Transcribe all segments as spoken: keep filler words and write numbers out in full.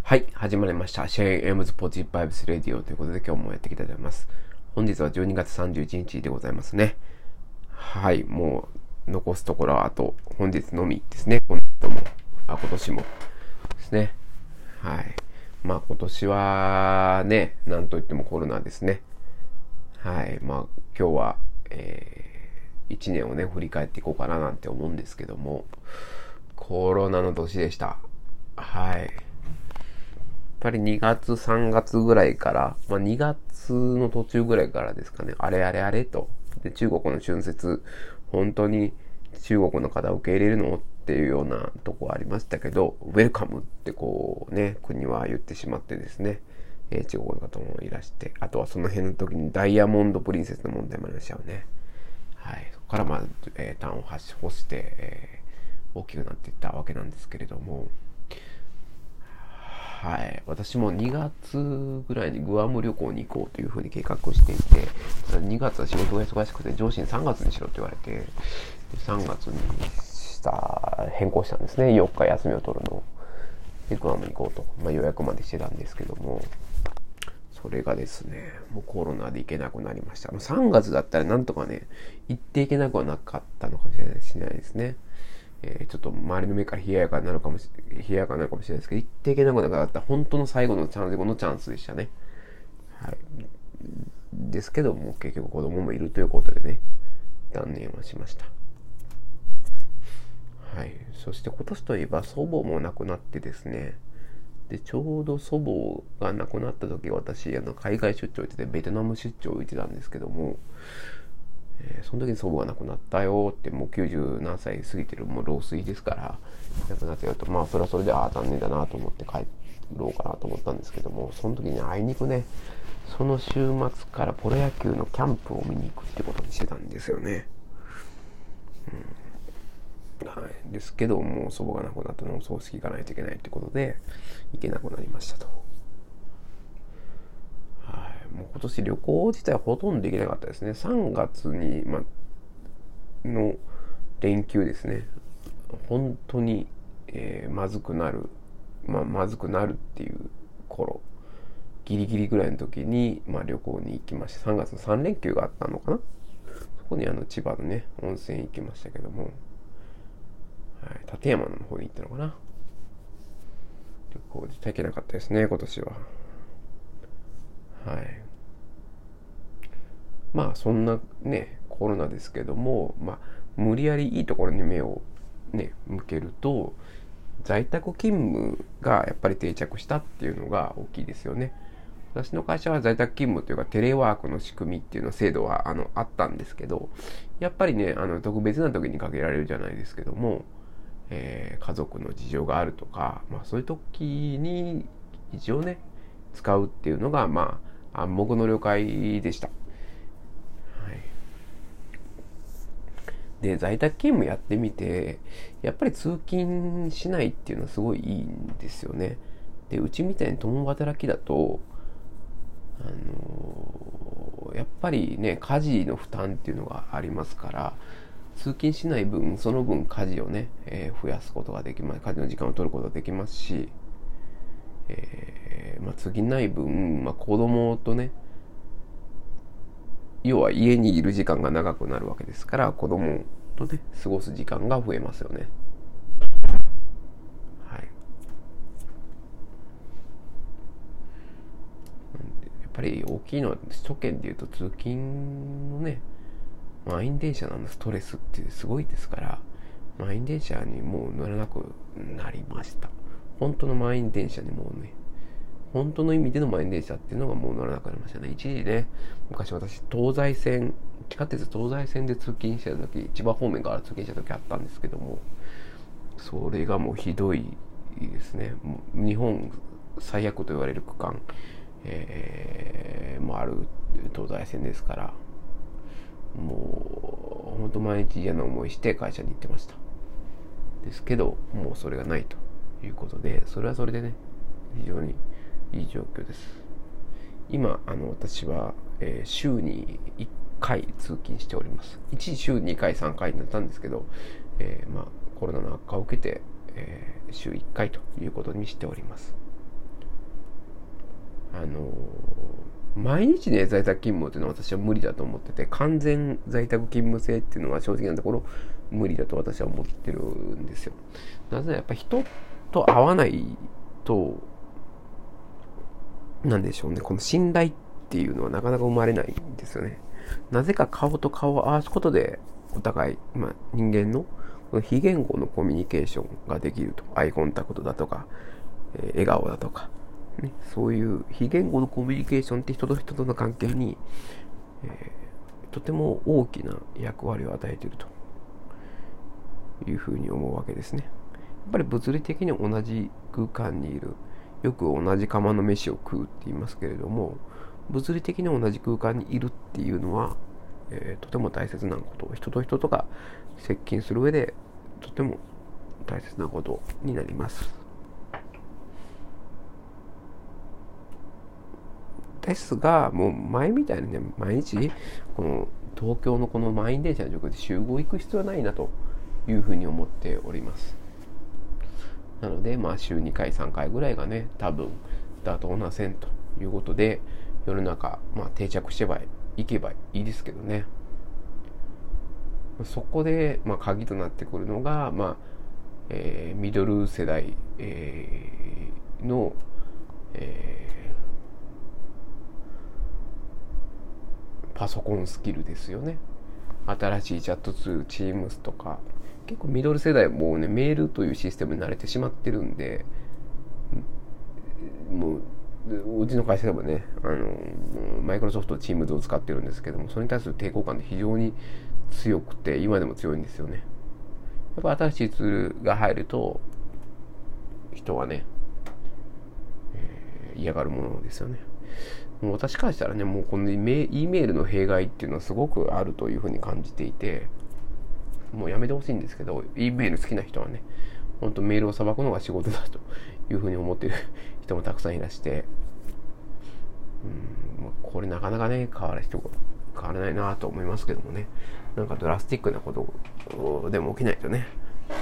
はい、始まりました。シェーン・エムズ・ポジティブ・バイブス・レディオということで今日もやっていきたいと思います。本日はじゅうにがつさんじゅういちにちでございますね。はい、もう残すところはあと本日のみですね。今年も、あ、今年もですね。はい。まあ今年はね、なんといってもコロナですね。はい。まあ今日は、えー、いちねんをね、振り返っていこうかななんて思うんですけども、コロナの年でした。はい。やっぱりにがつさんがつぐらいから、まあ、にがつの途中ぐらいからですかね、あれあれあれと。で、中国の春節、本当に中国の方を受け入れるのっていうようなとこありましたけど、ウェルカムってこうね、国は言ってしまってですね、えー、中国の方もいらして、あとはその辺の時にダイヤモンドプリンセスの問題もありましたよね。はい。そこからまあ、えー、端を発し、干して、えー、大きくなっていったわけなんですけれども、はい。私もにがつぐらいにグアム旅行に行こうというふうに計画をしていて、にがつは仕事が忙しくて上司にさんがつにしろと言われて、さんがつにした、変更したんですね。よっか休みを取るのを。で、グアムに行こうと。まあ予約までしてたんですけども、それがですね、もうコロナで行けなくなりました。さんがつだったらなんとかね、行っていけなくはなかったのかもしれないしないですね。えー、ちょっと周りの目から冷ややかになるかもし、冷ややかになるかもしれないですけど、行っていけなくなかった本当の最後のチャンス、後のチャンスでしたね。はい。ですけども、結局子供もいるということでね、断念はしました。はい。そして今年といえば祖母も亡くなってですね、で、ちょうど祖母が亡くなった時、私、あの、海外出張行ってて、ベトナム出張行ってたんですけども、えー、その時に祖母が亡くなったよって、もうきゅうじゅう何歳過ぎてる、もう老衰ですから、亡くなったよと、まあ、それはそれで、ああ、残念だなと思って帰ろうかなと思ったんですけども、その時にあいにくね、その週末からプロ野球のキャンプを見に行くってことにしてたんですよね。うん。はい。ですけど、もう祖母が亡くなったのを葬式行かないといけないってことで、行けなくなりましたと。はい。もう今年旅行自体はほとんどできなかったですね。さんがつに、ま、の連休ですね。本当に、えー、まずくなる、まあ、まずくなるっていう頃、ギリギリぐらいの時に、まあ、旅行に行きました。さんがつのさん連休があったのかな。そこにあの千葉のね、温泉行きましたけども、はい、立山の方に行ったのかな。旅行自体行けなかったですね、今年は。はい。まあそんなね、コロナですけども、まあ無理やりいいところに目をね、向けると、在宅勤務がやっぱり定着したっていうのが大きいですよね。私の会社は在宅勤務というかテレワークの仕組みっていうの制度はあのあったんですけど、やっぱりね、あの特別な時にかけられるじゃないですけども、えー、家族の事情があるとか、まあそういう時に一応ね、使うっていうのがまあ暗黙の了解でした。で、在宅勤務やってみて、やっぱり通勤しないっていうのはすごいいいんですよね。で、うちみたいに共働きだと、あのー、やっぱりね、家事の負担っていうのがありますから、通勤しない分、その分家事をね、えー、増やすことができます。家事の時間を取ることができますし、えー、まあ、通勤ない分、まあ、子供とね、要は家にいる時間が長くなるわけですから、子供とね、過ごす時間が増えますよね。はい。やっぱり大きいのは、首都圏でいうと通勤のね、満員電車のストレスってすごいですから、満員電車にもう乗らなくなりました。本当の満員電車にもうね、本当の意味での満員電車っていうのがもう乗らなくなりましたね。一時ね、昔私、東西線、地下鉄東西線で通勤してた時、千葉方面から通勤した時あったんですけども、それがもうひどいですね。もう日本最悪と言われる区間、えー、もある東西線ですから、もう本当毎日嫌な思いして会社に行ってました。ですけど、もうそれがないということで、それはそれでね、非常にいい状況です。今、あの、私は、えー、週にいっかい通勤しております。一時週にかい、さんかいになったんですけど、えー、まあ、コロナの悪化を受けて、えー、週いっかいということにしております。 あの毎日ね在宅勤務っていうのは私は無理だと思ってて、完全在宅勤務制っていうのは正直なところ無理だと私は思ってるんですよ。なぜならやっぱ人と会わないと、なんでしょうね、この信頼っていうのはなかなか生まれないんですよね。なぜか顔と顔を合わすことでお互い、まあ、人間のこの非言語のコミュニケーションができると。アイコンタクトだとか、えー、笑顔だとか、ね、そういう非言語のコミュニケーションって人と人との関係に、えー、とても大きな役割を与えているというふうに思うわけですね。やっぱり物理的に同じ空間にいる、よく同じ釜の飯を食うって言いますけれども、物理的に同じ空間にいるっていうのは、えー、とても大切なこと、人と人とが接近する上でとても大切なことになります。ですが、もう前みたいにね、毎日この東京のこの満員電車の状況で集合行く必要はないなというふうに思っております。なので、まあ週にかいさんかいぐらいがね、多分妥当な線ということで、世の中、まあ、定着してばいけばいいですけどね。そこで、まあ、鍵となってくるのが、まあえー、ミドル世代、えー、の、えー、パソコンスキルですよね。新しいチャットツール、Teams とか、結構ミドル世代もうね、メールというシステムに慣れてしまってるんで、もううちの会社でもね、あのマイクロソフト Teams を使ってるんですけども、それに対する抵抗感って非常に強くて、今でも強いんですよね。やっぱ新しいツールが入ると人はね、えー、嫌がるものですよね。もう私からしたらね、もうこの E メールの弊害っていうのはすごくあるというふうに感じていて、もうやめてほしいんですけど、E メール好きな人はね、本当メールをさばくのが仕事だというふうに思っている人もたくさんいらして、うん、これなかなかね変わる人が変わらないなと思いますけどもね、なんかドラスティックなことでも起きないとね、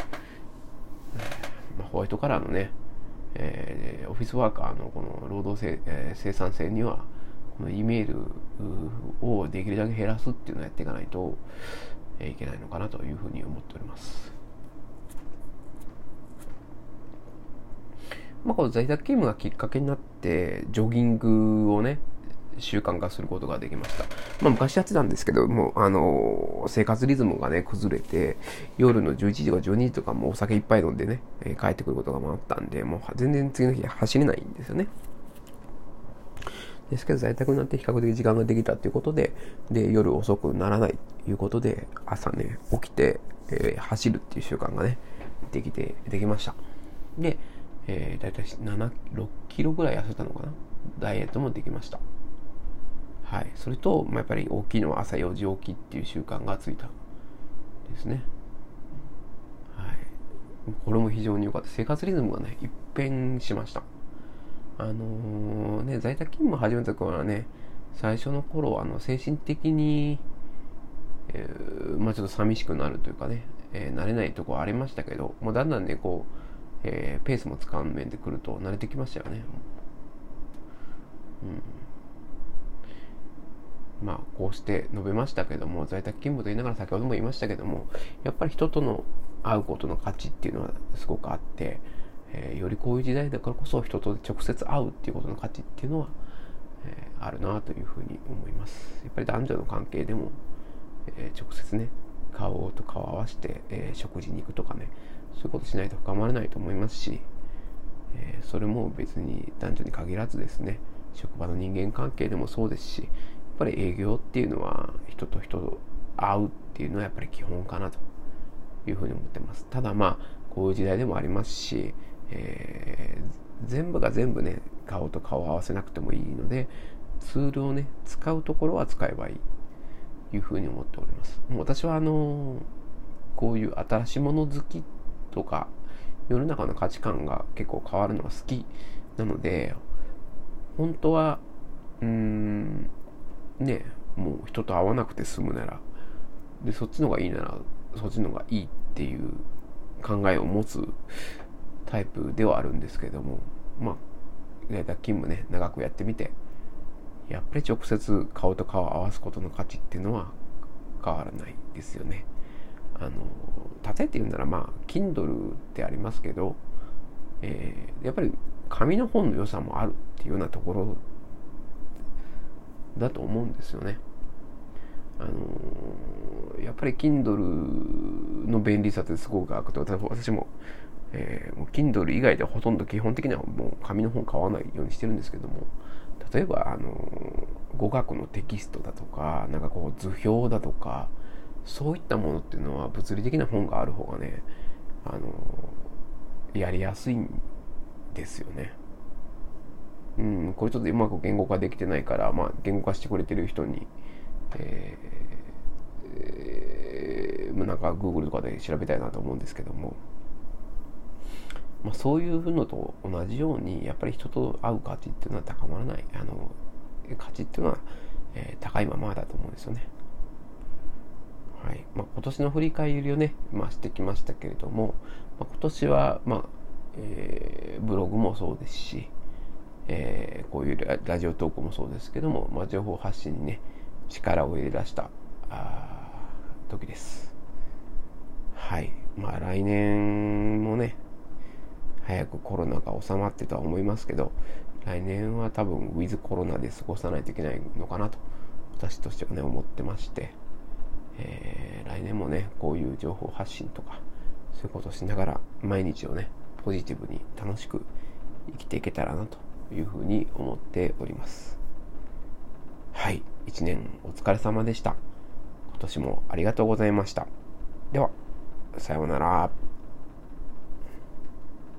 まあ、ホワイトカラーのね、えー、オフィスワーカーのこの労働性、えー、生産性にはこの E メールをできるだけ減らすっていうのをやっていかないといけないのかなというふうに思っております。まあ、この在宅勤務がきっかけになってジョギングをね習慣化することができました。まあ昔やってたんですけども、あのー、生活リズムがね崩れて、夜のじゅういちじとかじゅうにじとかもお酒いっぱい飲んでね、えー、帰ってくることがあったんで、もう全然次の日走れないんですよね。ですけど在宅になって比較的時間ができたということで、で夜遅くならないということで、朝ね起きて、えー、走るっていう習慣がねできてできました。で、えー、だいたいなな、ろっキロぐらい痩せたのかな。ダイエットもできました。はい、それと、まあ、やっぱり大きいのは朝よじ起きっていう習慣がついたですね。はい、これも非常に良かった。生活リズムがね一変しました。あのー、ね在宅勤務始めた頃はね、最初の頃あの精神的に、えー、まあちょっと寂しくなるというかね、えー、慣れないところありましたけど、もうだんだんねこう、えー、ペースもつかん面でくると慣れてきましたよね。うんまあこうして述べましたけども、在宅勤務と言いながら先ほども言いましたけども、やっぱり人との会うことの価値っていうのはすごくあって、えー、よりこういう時代だからこそ人と直接会うっていうことの価値っていうのは、えー、あるなというふうに思います。やっぱり男女の関係でも、えー、直接ね顔と顔を合わせて、えー、食事に行くとかね、そういうことしないと深まらないと思いますし、えー、それも別に男女に限らずですね、職場の人間関係でもそうですし、やっぱり営業っていうのは人と人と会うっていうのはやっぱり基本かなというふうに思ってます。ただまあこういう時代でもありますし、えー、全部が全部ね顔と顔を合わせなくてもいいので、ツールをね使うところは使えばいいというふうに思っております。もう私はあのこういう新しいもの好きとか世の中の価値観が結構変わるのが好きなので、本当はうーんね、もう人と会わなくて済むならで、そっちの方がいいならそっちの方がいいっていう考えを持つタイプではあるんですけども、まあ在宅勤務ね、長くやってみて、やっぱり直接顔と顔を合わすことの価値っていうのは変わらないですよね。あの例えて言うなら、まあ Kindle ってありますけど、えー、やっぱり紙の本の良さもあるっていうようなところだと思うんですよね。あのやっぱり Kindle の便利さってすごくあって、私も、えー、もう Kindle 以外ではほとんど基本的にはもう紙の本買わないようにしてるんですけども、例えばあの語学のテキストだとか、なんかこう図表だとか、そういったものっていうのは物理的な本がある方がね、あのやりやすいんですよね。うん、これちょっとうまく言語化できてないから、まあ、言語化してくれてる人に、えーえー、なんか Google とかで調べたいなと思うんですけども、まあ、そういうのと同じように、やっぱり人と会う価値っていうのは高まらない、あの価値っていうのは、えー、高いままだと思うんですよね。はい。まあ、今年の振り返りをね、まあ、してきましたけれども、まあ、今年は、まあえー、ブログもそうですし、えー、こういうラジオトークもそうですけども、まあ、情報発信にね、力を入れ出したあ時です。はい。まあ、来年もね、早くコロナが収まってとは思いますけど、来年は多分ウィズコロナで過ごさないといけないのかなと、私としてはね、思ってまして、えー、来年もね、こういう情報発信とか、そういうことをしながら、毎日をね、ポジティブに楽しく生きていけたらなというふうに思っております。はい、いちねんお疲れ様でした。今年もありがとうございました。では、さようなら。